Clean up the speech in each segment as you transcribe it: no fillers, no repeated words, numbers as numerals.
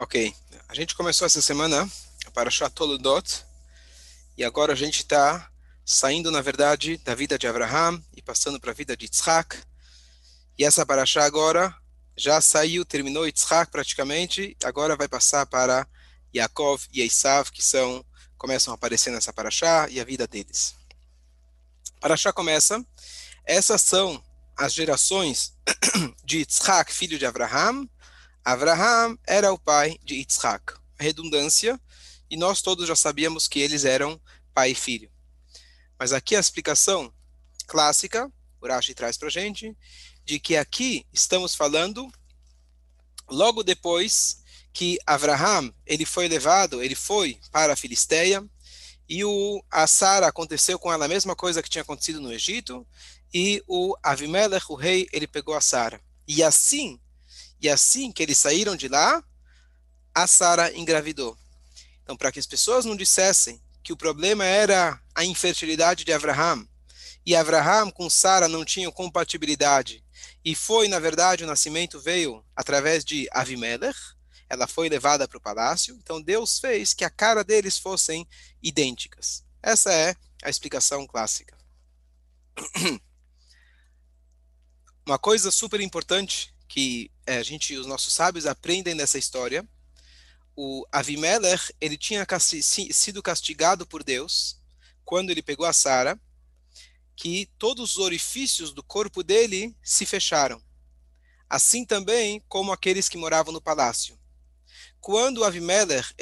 Ok, a gente começou essa semana a Parashat Toledot e agora a gente está saindo, na verdade, da vida de Abraham e passando para a vida de Yitzhak. E essa Parashá agora já saiu, terminou Yitzhak praticamente, agora vai passar para Yaakov e Esav, começam a aparecer nessa Parashá e a vida deles. A Parashá começa, essas são as gerações de Yitzhak, filho de Abraham. Abraham era o pai de Yitzhak. Redundância, e nós todos já sabíamos que eles eram pai e filho. Mas aqui a explicação clássica, o Rashi traz para a gente, de que aqui estamos falando logo depois que Abraham ele foi para a Filisteia, e a Sara aconteceu com ela a mesma coisa que tinha acontecido no Egito, e o Avimelech, o rei, ele pegou a Sara. E assim que eles saíram de lá, a Sara engravidou. Então, para que as pessoas não dissessem que o problema era a infertilidade de Abraham, e Abraham com Sara não tinham compatibilidade, e foi, na verdade, o nascimento veio através de Avimelech, ela foi levada para o palácio, então Deus fez que a cara deles fossem idênticas. Essa é a explicação clássica. Uma coisa super importante que os nossos sábios aprendem dessa história, o Avimelech, ele tinha sido castigado por Deus quando ele pegou a Sara, que todos os orifícios do corpo dele se fecharam, assim também como aqueles que moravam no palácio. Quando Avimelech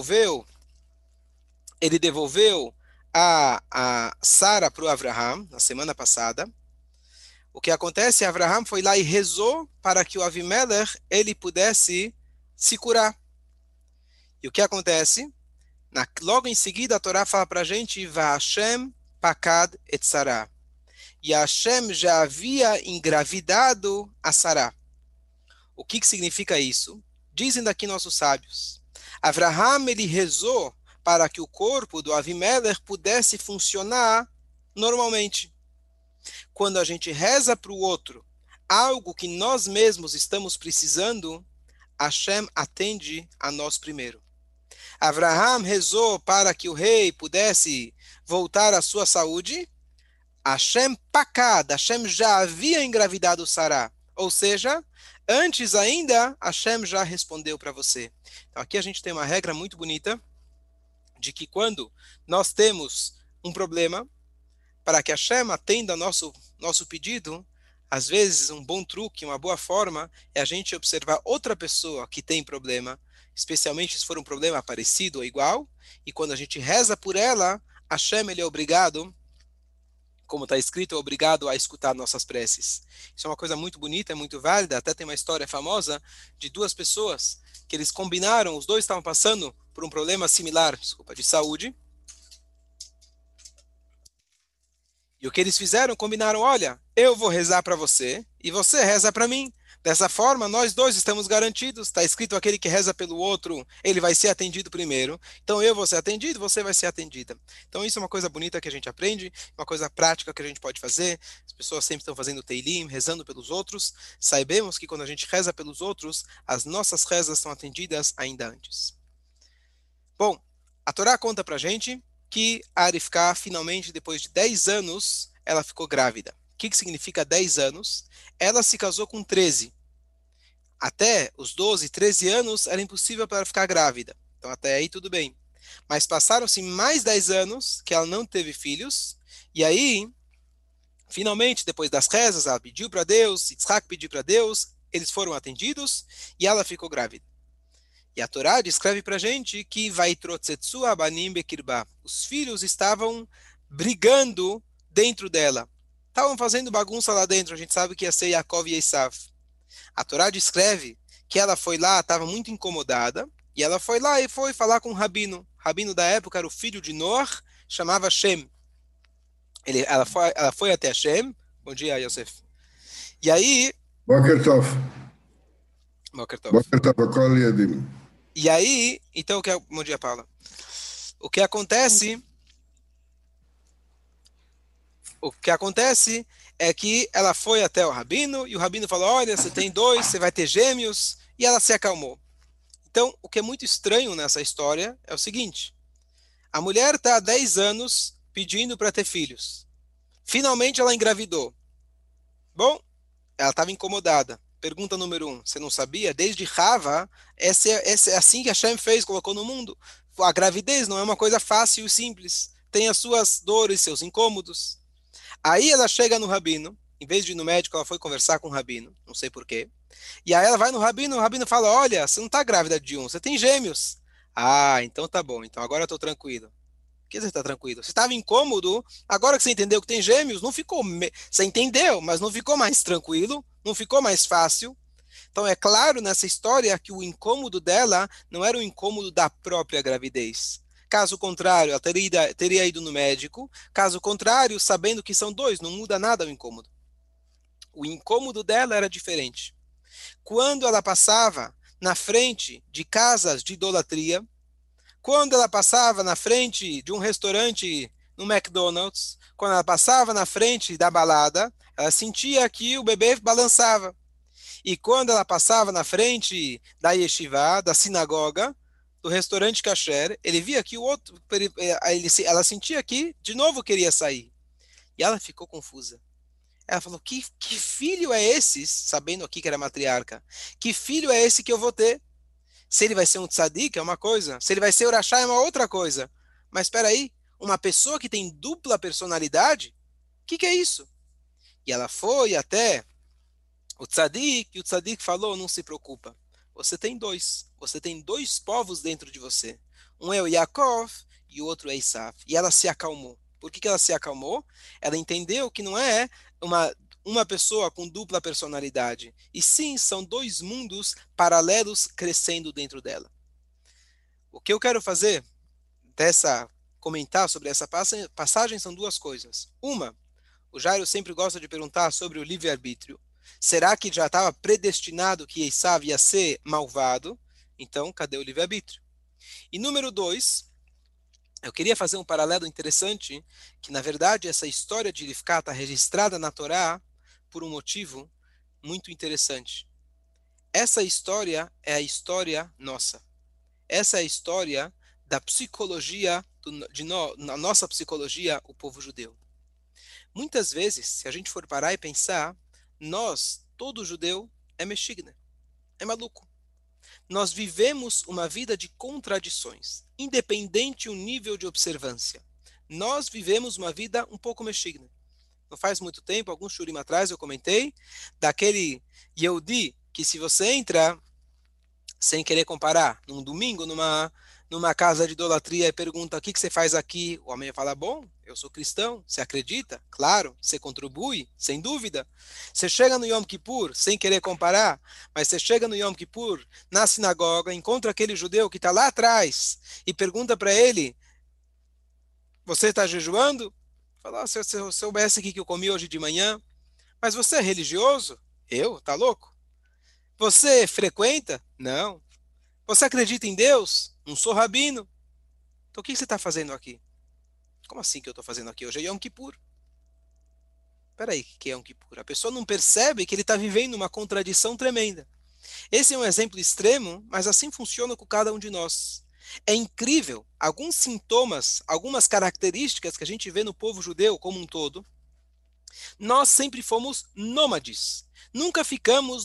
ele devolveu a Sara para o Abraham na semana passada, o que acontece? Abraham foi lá e rezou para que o Avimelech ele pudesse se curar. E o que acontece? Logo em seguida, a Torá fala para a gente, Va'ashem pakad et Sarah. E Hashem já havia engravidado a Sará. O que significa isso? Dizem daqui nossos sábios. Abraham ele rezou para que o corpo do Avimelech pudesse funcionar normalmente. Quando a gente reza para o outro algo que nós mesmos estamos precisando, Hashem atende a nós primeiro. Abraham rezou para que o rei pudesse voltar à sua saúde. Hashem pakad, Hashem já havia engravidado Sará. Ou seja, antes ainda, Hashem já respondeu para você. Então aqui a gente tem uma regra muito bonita, de que quando nós temos um problema, para que Hashem atenda nosso pedido, às vezes um bom truque, uma boa forma, é a gente observar outra pessoa que tem problema, especialmente se for um problema parecido ou igual, e quando a gente reza por ela, Hashem ele é obrigado, como está escrito, é obrigado a escutar nossas preces. Isso é uma coisa muito bonita, é muito válida, até tem uma história famosa de duas pessoas que eles combinaram, os dois estavam passando por um problema similar, de saúde. E o que eles fizeram, combinaram, olha, eu vou rezar para você e você reza para mim. Dessa forma, nós dois estamos garantidos. Está escrito, aquele que reza pelo outro, ele vai ser atendido primeiro. Então eu vou ser atendido, você vai ser atendida. Então isso é uma coisa bonita que a gente aprende, uma coisa prática que a gente pode fazer. As pessoas sempre estão fazendo teilim, rezando pelos outros. Saibamos que quando a gente reza pelos outros, as nossas rezas são atendidas ainda antes. Bom, a Torá conta pra gente que a Arifká, finalmente, depois de 10 anos, ela ficou grávida. O que significa 10 anos? Ela se casou com 13. Até os 12, 13 anos, era impossível para ela ficar grávida. Então, até aí, tudo bem. Mas passaram-se mais 10 anos que ela não teve filhos. E aí, finalmente, depois das rezas, ela pediu para Deus, Yitzhak pediu para Deus, eles foram atendidos e ela ficou grávida. E a Torá descreve para a gente que Vaitrotzetsu abanim bekirba. Os filhos estavam brigando dentro dela. Estavam fazendo bagunça lá dentro. A gente sabe que ia ser Yaakov e Esav. A Torá descreve que ela foi lá, estava muito incomodada, e ela foi lá e foi falar com o rabino. O rabino da época era o filho de Noach, chamava Shem. Ela foi até Shem. Bom dia, Yosef. E aí... בוקר טוב. Boker Tov. בוקר טוב, הכל ילדים. E aí, então, bom dia, Paula. O que acontece é que ela foi até o rabino, e o rabino falou, olha, você tem dois, você vai ter gêmeos, e ela se acalmou. Então, o que é muito estranho nessa história é o seguinte: a mulher está há 10 anos pedindo para ter filhos. Finalmente ela engravidou. Bom, ela estava incomodada. Pergunta número um: você não sabia? Desde Rava, essa é assim que Hashem fez, colocou no mundo. A gravidez não é uma coisa fácil e simples. Tem as suas dores, seus incômodos. Aí ela chega no rabino. Em vez de ir no médico, ela foi conversar com o rabino. Não sei por quê. E aí ela vai no rabino, o rabino fala: olha, você não está grávida de um, você tem gêmeos. Ah, então tá bom, então agora eu estou tranquilo. Por que você está tranquilo? Você estava incômodo, agora que você entendeu que tem gêmeos, não ficou. Você entendeu, mas não ficou mais tranquilo, não ficou mais fácil. Então é claro nessa história que o incômodo dela não era o incômodo da própria gravidez. Caso contrário, ela teria ido no médico. Caso contrário, sabendo que são dois, não muda nada o incômodo. O incômodo dela era diferente. Quando ela passava na frente de casas de idolatria, quando ela passava na frente de um restaurante no McDonald's, quando ela passava na frente da balada, ela sentia que o bebê balançava. E quando ela passava na frente da yeshiva, da sinagoga, do restaurante kasher, ele via que o outro, ela sentia que de novo queria sair. E ela ficou confusa. Ela falou: que filho é esse, sabendo aqui que era matriarca, que filho é esse que eu vou ter? Se ele vai ser um tzadik é uma coisa, se ele vai ser urachá é uma outra coisa. Mas espera aí, uma pessoa que tem dupla personalidade, o que é isso? E ela foi até o tzadik, e o tzadik falou: não se preocupa, você tem dois povos dentro de você. Um é o Yaakov e o outro é Esav. E ela se acalmou. Por que ela se acalmou? Ela entendeu que não é uma, uma pessoa com dupla personalidade, e sim são dois mundos paralelos crescendo dentro dela. O que eu quero fazer dessa comentar sobre essa passagem são duas coisas. Uma, o Jairo sempre gosta de perguntar sobre o livre-arbítrio. Será que já estava predestinado que Esav ia ser malvado? Então, cadê o livre-arbítrio? E número dois, eu queria fazer um paralelo interessante, que na verdade essa história de Rivka está registrada na Torá por um motivo muito interessante. Essa história é a história nossa. Essa é a história da psicologia, na nossa psicologia, o povo judeu. Muitas vezes, se a gente for parar e pensar, todo judeu é mexigna, é maluco. Nós vivemos uma vida de contradições, independente o nível de observância. Nós vivemos uma vida um pouco mexigna. Não faz muito tempo, alguns shurim atrás, eu comentei daquele Yehudi que se você entra sem querer comparar, num domingo, numa casa de idolatria e pergunta: o que você faz aqui? O homem fala: bom, eu sou cristão. Você acredita? Claro. Você contribui? Sem dúvida. Você chega no Yom Kippur, sem querer comparar, mas você chega no Yom Kippur, na sinagoga, encontra aquele judeu que está lá atrás e pergunta para ele: você está jejuando? Fala: se eu soubesse o que eu comi hoje de manhã. Mas você é religioso? Eu? Tá louco? Você frequenta? Não. Você acredita em Deus? Não sou rabino. Então o que você está fazendo aqui? Como assim que eu estou fazendo aqui? Hoje é Yom Kippur. Espera aí, que é Yom Kippur? A pessoa não percebe que ele está vivendo uma contradição tremenda. Esse é um exemplo extremo, mas assim funciona com cada um de nós. É incrível, alguns sintomas, algumas características que a gente vê no povo judeu como um todo, nós sempre fomos nômades. Nunca ficamos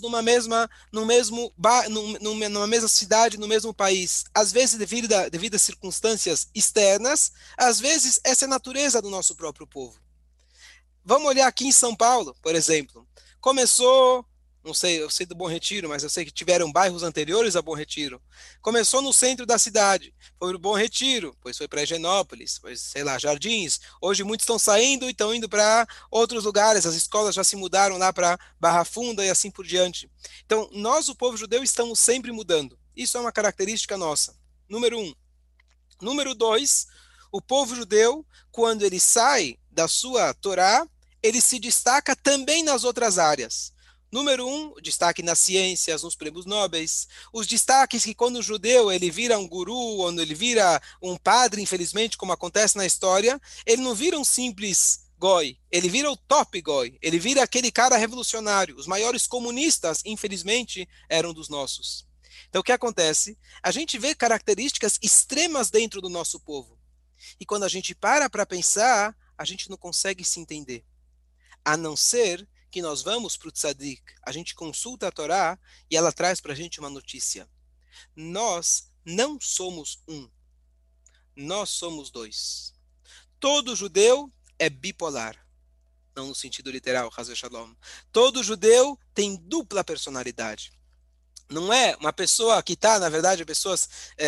numa mesma cidade, no mesmo país. Às vezes devido a circunstâncias externas, às vezes essa é a natureza do nosso próprio povo. Vamos olhar aqui em São Paulo, por exemplo. Começou, não sei, eu sei do Bom Retiro, mas eu sei que tiveram bairros anteriores a Bom Retiro. Começou no centro da cidade, foi para o Bom Retiro, depois foi para Higienópolis, depois, sei lá, Jardins. Hoje muitos estão saindo e estão indo para outros lugares, as escolas já se mudaram lá para Barra Funda e assim por diante. Então, nós, o povo judeu, estamos sempre mudando. Isso é uma característica nossa. Número um. Número dois, o povo judeu, quando ele sai da sua Torá, ele se destaca também nas outras áreas. Número um, destaque nas ciências, nos prêmios nobres. Os destaques que quando o judeu ele vira um guru, ou ele vira um padre, infelizmente, como acontece na história, ele não vira um simples goi, ele vira o top goi, ele vira aquele cara revolucionário. Os maiores comunistas, infelizmente, eram dos nossos. Então, o que acontece? A gente vê características extremas dentro do nosso povo. E quando a gente para pensar, a gente não consegue se entender. A não ser que nós vamos para o Tzadik, a gente consulta a Torá e ela traz para a gente uma notícia. Nós não somos um, nós somos dois. Todo judeu é bipolar. Não no sentido literal, Hazel Shalom. Todo judeu tem dupla personalidade. Não é uma pessoa que está, na verdade, pessoas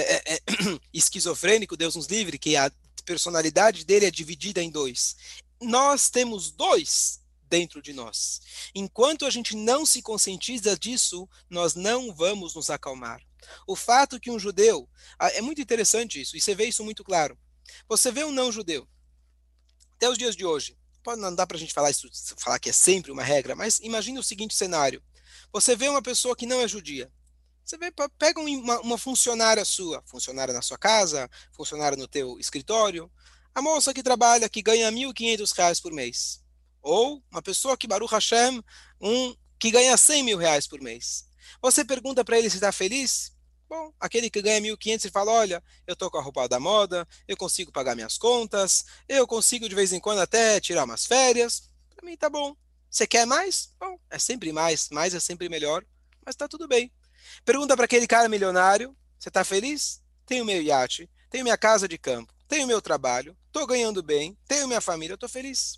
esquizofrênico, Deus nos livre, que a personalidade dele é dividida em dois. Nós temos dois dentro de nós. Enquanto a gente não se conscientiza disso, nós não vamos nos acalmar. O fato que um judeu, é muito interessante isso, e você vê isso muito claro. Você vê um não judeu, até os dias de hoje, não dá para a gente falar isso, falar que é sempre uma regra, mas imagine o seguinte cenário. Você vê uma pessoa que não é judia. Você vê, pega uma funcionária sua, funcionária na sua casa, funcionária no teu escritório, a moça que trabalha, que ganha R$ 1.500 por mês. Ou uma pessoa que, Baruch Hashem, que ganha R$ 100.000 por mês. Você pergunta para ele se está feliz? Bom, aquele que ganha 1.500 e fala, olha, eu estou com a roupa da moda, eu consigo pagar minhas contas, eu consigo de vez em quando até tirar umas férias. Para mim tá bom. Você quer mais? Bom, é sempre mais é sempre melhor, mas tá tudo bem. Pergunta para aquele cara milionário: você está feliz? Tenho meu iate, tenho minha casa de campo, tenho meu trabalho, estou ganhando bem, tenho minha família, estou feliz.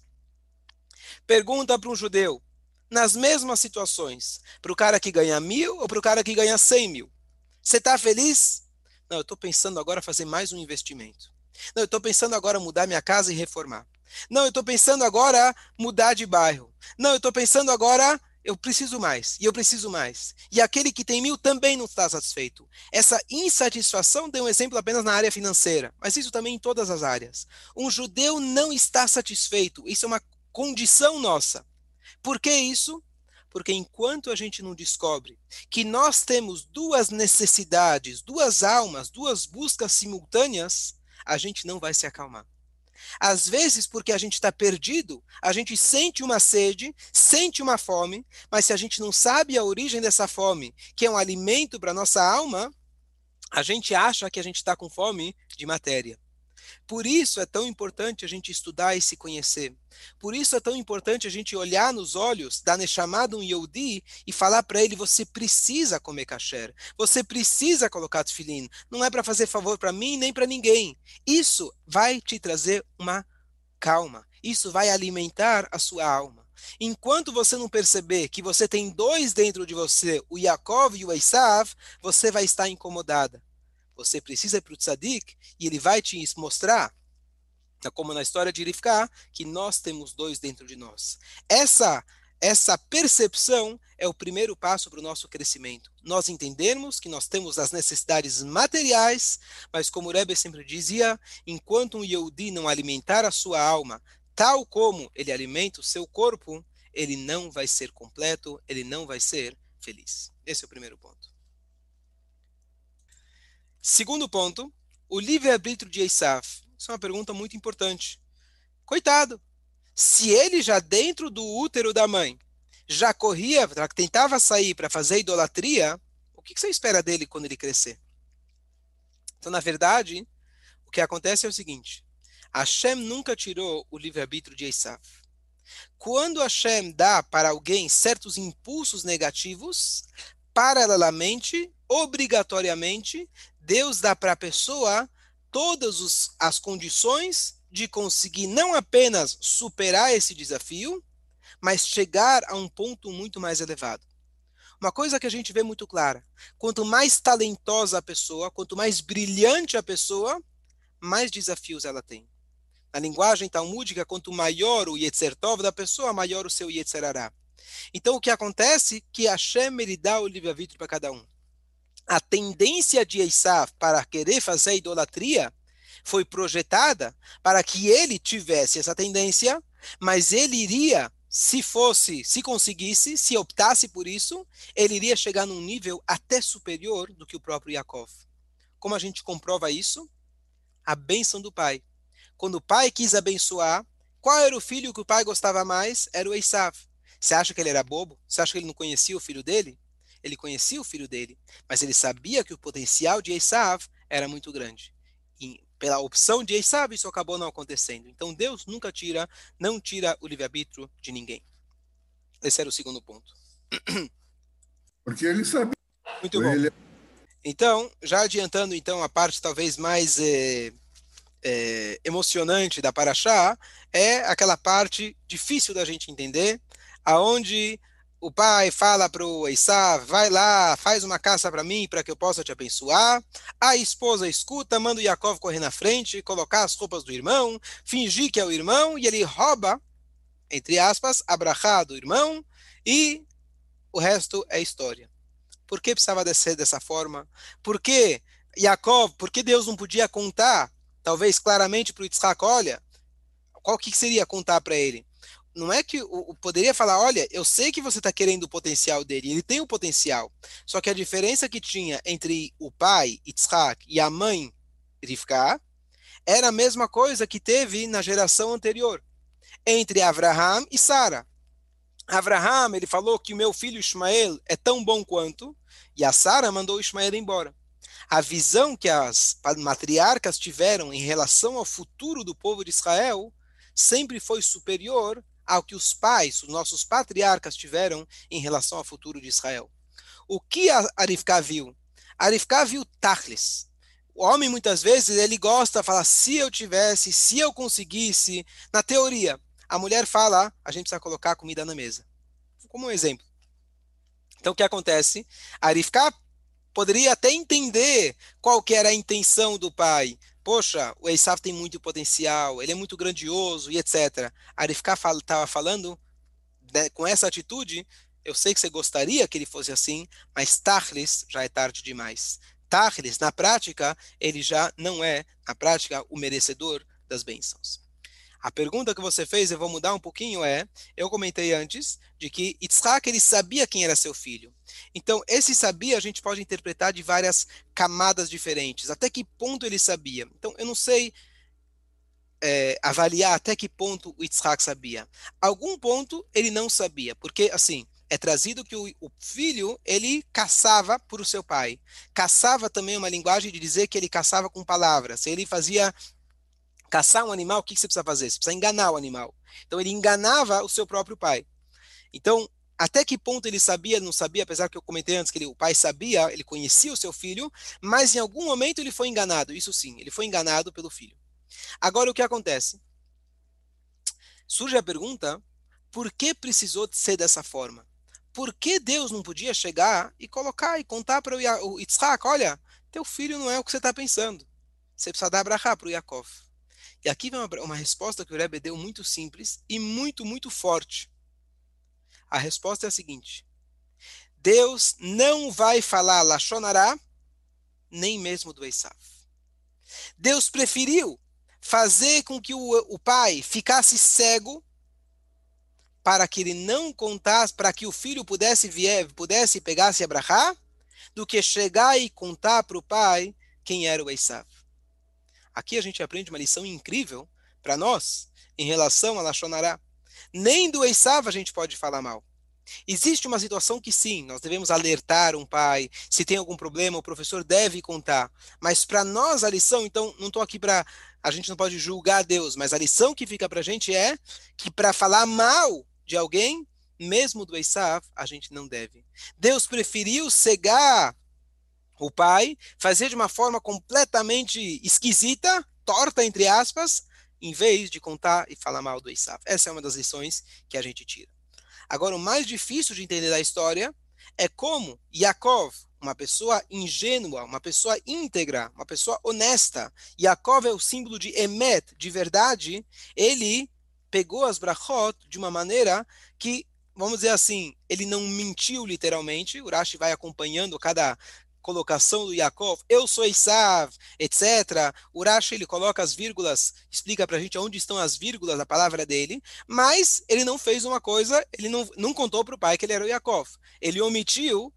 Pergunta para um judeu, nas mesmas situações, para o cara que ganha 1.000 ou para o cara que ganha 100.000. Você está feliz? Não, eu estou pensando agora fazer mais um investimento. Não, eu estou pensando agora mudar minha casa e reformar. Não, eu estou pensando agora mudar de bairro. Não, eu estou pensando agora eu preciso mais, e eu preciso mais. E aquele que tem 1.000 também não está satisfeito. Essa insatisfação deu um exemplo apenas na área financeira, mas isso também em todas as áreas. Um judeu não está satisfeito, isso é uma condição nossa. Por que isso? Porque enquanto a gente não descobre que nós temos duas necessidades, duas almas, duas buscas simultâneas, a gente não vai se acalmar. Às vezes, porque a gente está perdido, a gente sente uma sede, sente uma fome, mas se a gente não sabe a origem dessa fome, que é um alimento para a nossa alma, a gente acha que a gente está com fome de matéria. Por isso é tão importante a gente estudar e se conhecer. Por isso é tão importante a gente olhar nos olhos da Neshama de um Yehudi e falar para ele, você precisa comer kasher, você precisa colocar tefilim, não é para fazer favor para mim nem para ninguém. Isso vai te trazer uma calma, isso vai alimentar a sua alma. Enquanto você não perceber que você tem dois dentro de você, o Yaakov e o Esav, você vai estar incomodada. Você precisa ir para o Tzadik e ele vai te mostrar, como na história de Rivka, que nós temos dois dentro de nós. Essa percepção é o primeiro passo para o nosso crescimento. Nós entendermos que nós temos as necessidades materiais, mas como o Rebbe sempre dizia, enquanto um Yehudi não alimentar a sua alma, tal como ele alimenta o seu corpo, ele não vai ser completo, ele não vai ser feliz. Esse é o primeiro ponto. Segundo ponto, o livre-arbítrio de Esav. Isso é uma pergunta muito importante. Coitado, se ele já dentro do útero da mãe já corria, tentava sair para fazer idolatria, o que você espera dele quando ele crescer? Então, na verdade, o que acontece é o seguinte: Hashem nunca tirou o livre-arbítrio de Esav. Quando Hashem dá para alguém certos impulsos negativos, paralelamente, obrigatoriamente, Deus dá para a pessoa todas as condições de conseguir não apenas superar esse desafio, mas chegar a um ponto muito mais elevado. Uma coisa que a gente vê muito clara: quanto mais talentosa a pessoa, quanto mais brilhante a pessoa, mais desafios ela tem. Na linguagem talmúdica, quanto maior o Yetzer Tov da pessoa, maior o seu Yetzer Hará. Então, o que acontece é que Hashem ele dá o livre-arbítrio para cada um. A tendência de Esav para querer fazer idolatria foi projetada para que ele tivesse essa tendência, mas ele iria, se conseguisse, se optasse por isso, ele iria chegar num nível até superior do que o próprio Yaakov. Como a gente comprova isso? A bênção do pai. Quando o pai quis abençoar, qual era o filho que o pai gostava mais? Era o Esav. Você acha que ele era bobo? Você acha que ele não conhecia o filho dele? ele conhecia o filho dele, mas ele sabia que o potencial de Esav era muito grande. E pela opção de Esav, isso acabou não acontecendo. Então Deus nunca não tira o livre-arbítrio de ninguém. Esse era o segundo ponto. Porque ele sabia. Muito bom. Ele, Então, já adiantando então a parte talvez mais emocionante da Paraxá, é aquela parte difícil da gente entender, aonde o pai fala para o Esav, vai lá, faz uma caça para mim, para que eu possa te abençoar. A esposa escuta, manda o Yaakov correr na frente, colocar as roupas do irmão, fingir que é o irmão, e ele rouba, entre aspas, a brachá do irmão, e o resto é história. Por que precisava ser dessa forma? Por que por que Deus não podia contar, talvez claramente para o Yitzhak, olha, qual que seria contar para ele? Não é que poderia falar, olha, eu sei que você está querendo o potencial dele, ele tem o potencial, só que a diferença que tinha entre o pai, Yitzhak, e a mãe, Rivka, era a mesma coisa que teve na geração anterior, entre Avraham e Sara. Avraham, ele falou que o meu filho Ismael é tão bom quanto, e a Sara mandou Ismael embora. A visão que as matriarcas tiveram em relação ao futuro do povo de Israel sempre foi superior ao que os pais, os nossos patriarcas tiveram em relação ao futuro de Israel. O que a Rivka viu? A Rivka viu Tachlis. O homem, muitas vezes, ele gosta de falar, se eu tivesse, se eu conseguisse, na teoria. A mulher fala, a gente precisa colocar a comida na mesa. Como um exemplo. Então, o que acontece? A Rivka poderia até entender qual que era a intenção do pai. Poxa, o Esav tem muito potencial, ele é muito grandioso e etc. A Rivka estava falando, né, com essa atitude, eu sei que você gostaria que ele fosse assim, mas Tachlis já é tarde demais. Tachlis, na prática, ele já não é, na prática, o merecedor das bênçãos. A pergunta que você fez, eu vou mudar um pouquinho, eu comentei antes, de que Yitzhak, ele sabia quem era seu filho. Então, esse sabia, a gente pode interpretar de várias camadas diferentes. Até que ponto ele sabia? Então, eu não sei avaliar até que ponto o Yitzhak sabia. Algum ponto ele não sabia, porque, assim, é trazido que o filho, ele caçava por o seu pai. Caçava também é uma linguagem de dizer que ele caçava com palavras. Ele fazia caçar um animal, o que você precisa fazer? Você precisa enganar o animal. Então ele enganava o seu próprio pai. Então, até que ponto ele sabia, não sabia, apesar que eu comentei antes que o pai sabia, ele conhecia o seu filho, mas em algum momento ele foi enganado. Isso sim, ele foi enganado pelo filho. Agora o que acontece? Surge a pergunta, por que precisou ser dessa forma? Por que Deus não podia chegar e colocar e contar para o Yitzhak, olha, teu filho não é o que você está pensando. Você precisa dar brachá para o Yaakov. E aqui vem uma resposta que o Rebbe deu muito simples e muito, muito forte. A resposta é a seguinte: Deus não vai falar Lashon Hará, nem mesmo do Esav. Deus preferiu fazer com que o pai ficasse cego para que ele não contasse, para que o filho pudesse pegar-se a brachá, do que chegar e contar para o pai quem era o Esav. Aqui a gente aprende uma lição incrível para nós em relação a Lashon Hará. Nem do Esav a gente pode falar mal. Existe uma situação que sim, nós devemos alertar um pai, se tem algum problema, o professor deve contar. Mas para nós a lição, então, não estou aqui para, a gente não pode julgar Deus, mas a lição que fica para a gente é que para falar mal de alguém, mesmo do Esav, a gente não deve. Deus preferiu cegar o pai, fazer de uma forma completamente esquisita, torta, entre aspas, em vez de contar e falar mal do Esav. Essa é uma das lições que a gente tira. Agora, o mais difícil de entender da história é como Yaakov, uma pessoa ingênua, uma pessoa íntegra, uma pessoa honesta, Yaakov é o símbolo de Emet, de verdade, ele pegou as brachot de uma maneira que, vamos dizer assim, ele não mentiu literalmente, o Rashi vai acompanhando cada colocação do Yaakov, eu sou Esav, etc. O Rashi, ele coloca as vírgulas, explica pra gente onde estão as vírgulas da palavra dele, mas ele não fez uma coisa, ele não contou para o pai que ele era o Yaakov. Ele omitiu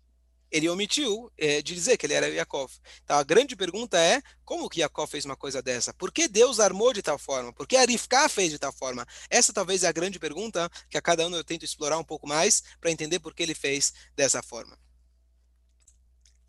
de dizer que ele era o Yaakov. Então a grande pergunta é, como que Yaakov fez uma coisa dessa? Por que Deus armou de tal forma? Por que a Rivka fez de tal forma? Essa talvez é a grande pergunta que a cada ano eu tento explorar um pouco mais para entender por que ele fez dessa forma.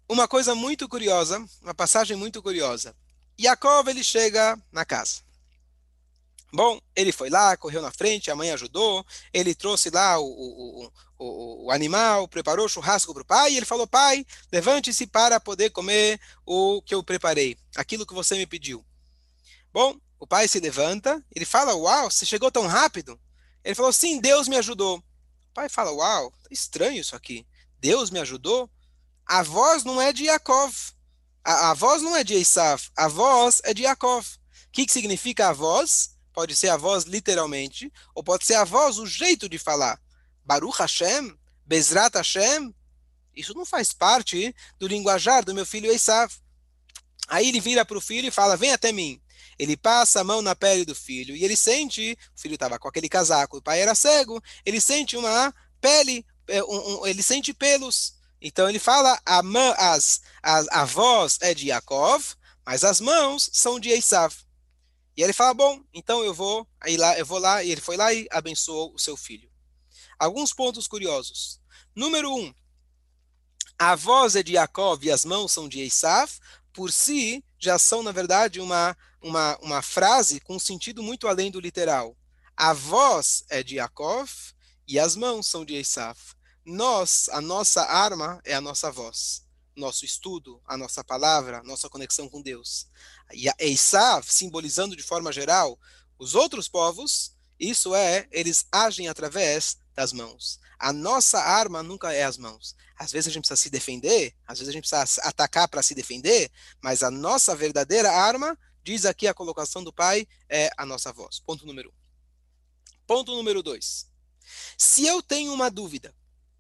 uma coisa muito curiosa, uma passagem muito curiosa. Yaakov, ele chega na casa. Bom, ele foi lá, correu na frente, a mãe ajudou, ele trouxe lá o animal, preparou o churrasco para o pai, e ele falou, pai, levante-se para poder comer o que eu preparei, aquilo que você me pediu. Bom, o pai se levanta, ele fala, uau, você chegou tão rápido? Ele falou, sim, Deus me ajudou. O pai fala, uau, tá estranho isso aqui. Deus me ajudou? A voz não é de Yaakov. A voz não é de Esav. A voz é de Yaakov. O que significa a voz? Pode ser a voz literalmente, ou pode ser a voz, o jeito de falar. Baruch Hashem, Bezrat Hashem. Isso não faz parte do linguajar do meu filho Esav. Aí ele vira para o filho e fala, vem até mim. Ele passa a mão na pele do filho e ele sente, o filho estava com aquele casaco, o pai era cego, ele sente uma pele, ele sente pelos. Então ele fala, a voz é de Yaakov, mas as mãos são de Esav. E ele fala, bom, então eu vou lá, e ele foi lá e abençoou o seu filho. Alguns pontos curiosos. Número um, a voz é de Yaakov e as mãos são de Esav, por si já são, na verdade, uma frase com um sentido muito além do literal. A voz é de Yaakov e as mãos são de Esav. A nossa arma é a nossa voz, nosso estudo, a nossa palavra, nossa conexão com Deus. E a Esav, simbolizando de forma geral os outros povos, isso é, eles agem através das mãos. A nossa arma nunca é as mãos. Às vezes a gente precisa se defender, às vezes a gente precisa atacar para se defender, mas a nossa verdadeira arma, diz aqui a colocação do pai, é a nossa voz. Ponto número um. Ponto número dois. Se eu tenho uma dúvida,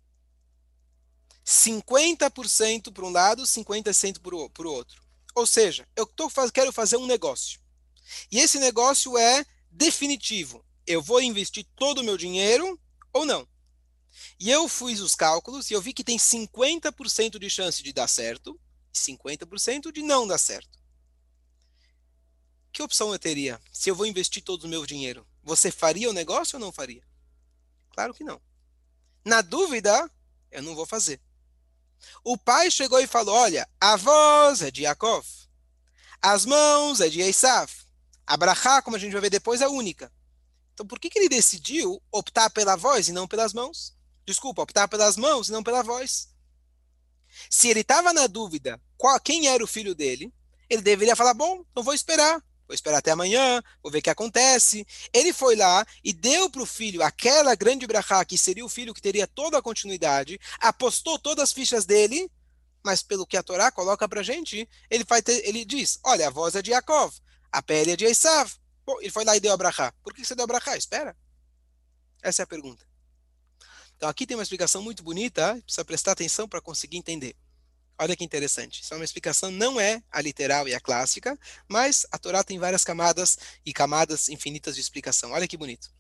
50% para um lado, 50% para o outro. Ou seja, quero fazer um negócio. E esse negócio é definitivo. Eu vou investir todo o meu dinheiro ou não? E eu fiz os cálculos e eu vi que tem 50% de chance de dar certo e 50% de não dar certo. Que opção eu teria se eu vou investir todo o meu dinheiro? Você faria o negócio ou não faria? Claro que não. Na dúvida, eu não vou fazer. O pai chegou e falou, olha, a voz é de Yaakov, as mãos é de Esav, a brachá, como a gente vai ver depois, é única. Então por que ele decidiu optar pela voz e não pelas mãos? Desculpa, optar pelas mãos e não pela voz. Se ele estava na dúvida quem era o filho dele, ele deveria falar, bom, então vou esperar até amanhã, vou ver o que acontece. Ele foi lá e deu para o filho aquela grande brachá, que seria o filho que teria toda a continuidade, apostou todas as fichas dele, mas pelo que a Torá coloca para a gente, ele diz, olha, a voz é de Yaakov, a pele é de Esav. Bom, ele foi lá e deu a brachá. Por que você deu a brachá? Espera. Essa é a pergunta. Então aqui tem uma explicação muito bonita, precisa prestar atenção para conseguir entender. Olha que interessante. Isso é uma explicação, não é a literal e a clássica, mas a Torá tem várias camadas e camadas infinitas de explicação. Olha que bonito.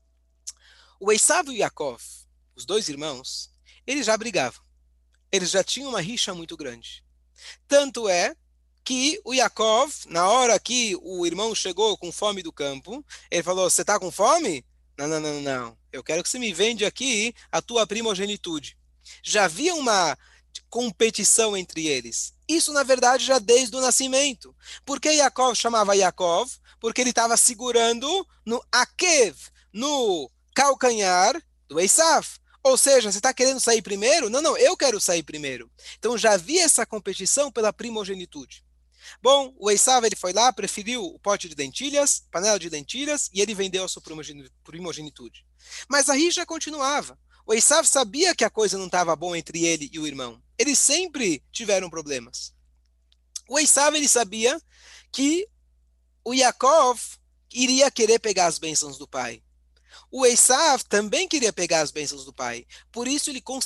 O Esav e o Yaakov, os dois irmãos, eles já brigavam. Eles já tinham uma rixa muito grande. Tanto é que o Yaakov, na hora que o irmão chegou com fome do campo, ele falou, você está com fome? Não, não, não, não. Eu quero que você me vende aqui a tua primogenitude. Já havia uma competição entre eles. Isso, na verdade, já desde o nascimento. Por que Yaakov chamava Yaakov? Porque ele estava segurando no Akev, no calcanhar do Esav. Ou seja, você está querendo sair primeiro? Não, não, eu quero sair primeiro. Então já havia essa competição pela primogenitude. Bom, o Esav ele foi lá, preferiu o pote de lentilhas, panela de lentilhas, e ele vendeu a sua primogenitude. Mas a rixa continuava. O Esav sabia que a coisa não estava boa entre ele e o irmão. Eles sempre tiveram problemas. O Esav ele sabia que o Yaakov iria querer pegar as bênçãos do pai. O Esav também queria pegar as bênçãos do pai. Por isso,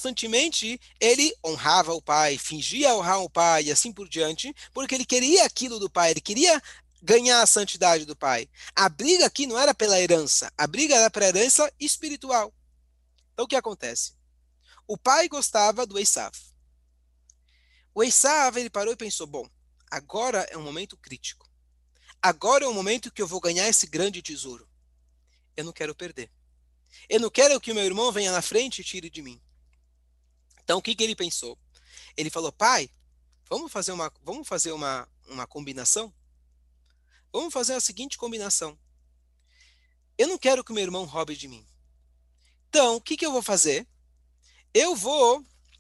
ele honrava o pai, fingia honrar o pai e assim por diante, porque ele queria aquilo do pai, ele queria ganhar a santidade do pai. A briga aqui não era pela herança, a briga era pela herança espiritual. Então, o que acontece? O pai gostava do Esav. O Esav, ele parou e pensou, bom, agora é um momento crítico. Agora é o momento que eu vou ganhar esse grande tesouro. Eu não quero perder. Eu não quero que o meu irmão venha na frente e tire de mim. Então, o que ele pensou? Ele falou, pai, vamos fazer uma combinação? Vamos fazer a seguinte combinação. Eu não quero que o meu irmão roube de mim. Então, o que que eu vou fazer? Eu vou,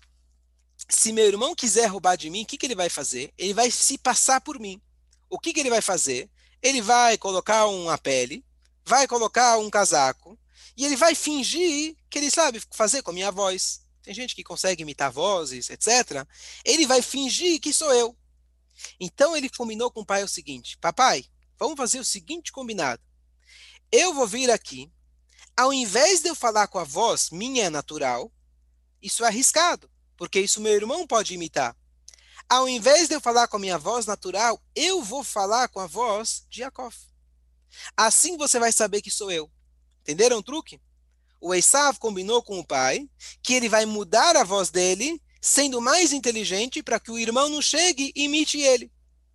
se meu irmão quiser roubar de mim, o que que ele vai fazer? Ele vai se passar por mim. O que que ele vai fazer? Ele vai colocar uma pele, vai colocar um casaco, e ele vai fingir que ele sabe fazer com a minha voz. Tem gente que consegue imitar vozes, etc. Ele vai fingir que sou eu. Então ele combinou com o pai o seguinte: papai, vamos fazer o seguinte combinado. Eu vou vir aqui, ao invés de eu falar com a voz minha natural, isso é arriscado, porque isso meu irmão pode imitar. Ao invés de eu falar com a minha voz natural, eu vou falar com a voz de Yaakov. Assim você vai saber que sou eu. Entenderam o truque? O Esav combinou com o pai que ele vai mudar a voz dele, sendo mais inteligente para que o irmão não chegue e imite ele.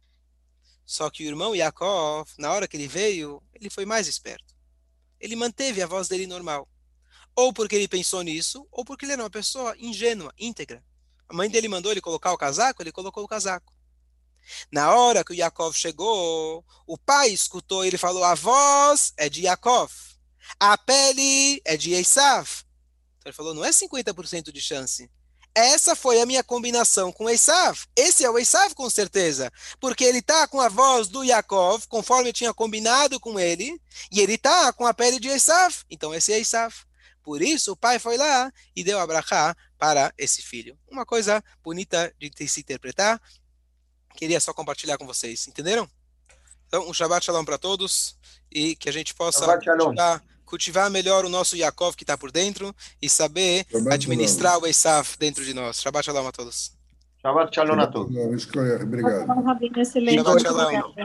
Só que o irmão Yaakov, na hora que ele veio, ele foi mais esperto. Ele manteve a voz dele normal. Ou porque ele pensou nisso, ou porque ele era uma pessoa ingênua, íntegra. A mãe dele mandou ele colocar o casaco, ele colocou o casaco. Na hora que o Yaakov chegou, o pai escutou, ele falou, a voz é de Yaakov, a pele é de Esav. Então ele falou, não é 50% de chance. Essa foi a minha combinação com o Esav. Esse é o Esav com certeza, porque ele está com a voz do Yaakov, conforme eu tinha combinado com ele, e ele está com a pele de Esav. Então esse é Esav. Por isso o pai foi lá e deu a brachá para esse filho. Uma coisa bonita de se interpretar. Queria só compartilhar com vocês, entenderam? Então, um Shabbat Shalom para todos e que a gente possa Shabbat Shalom. cultivar melhor o nosso Yaakov que está por dentro e saber Shabbat administrar Shalom. o Esav dentro de nós. Shabbat Shalom a todos. Shabbat Shalom a Shabbat todos. Shalom. Obrigado. Rabino, excelente. Shabbat Muito Shalom. obrigado.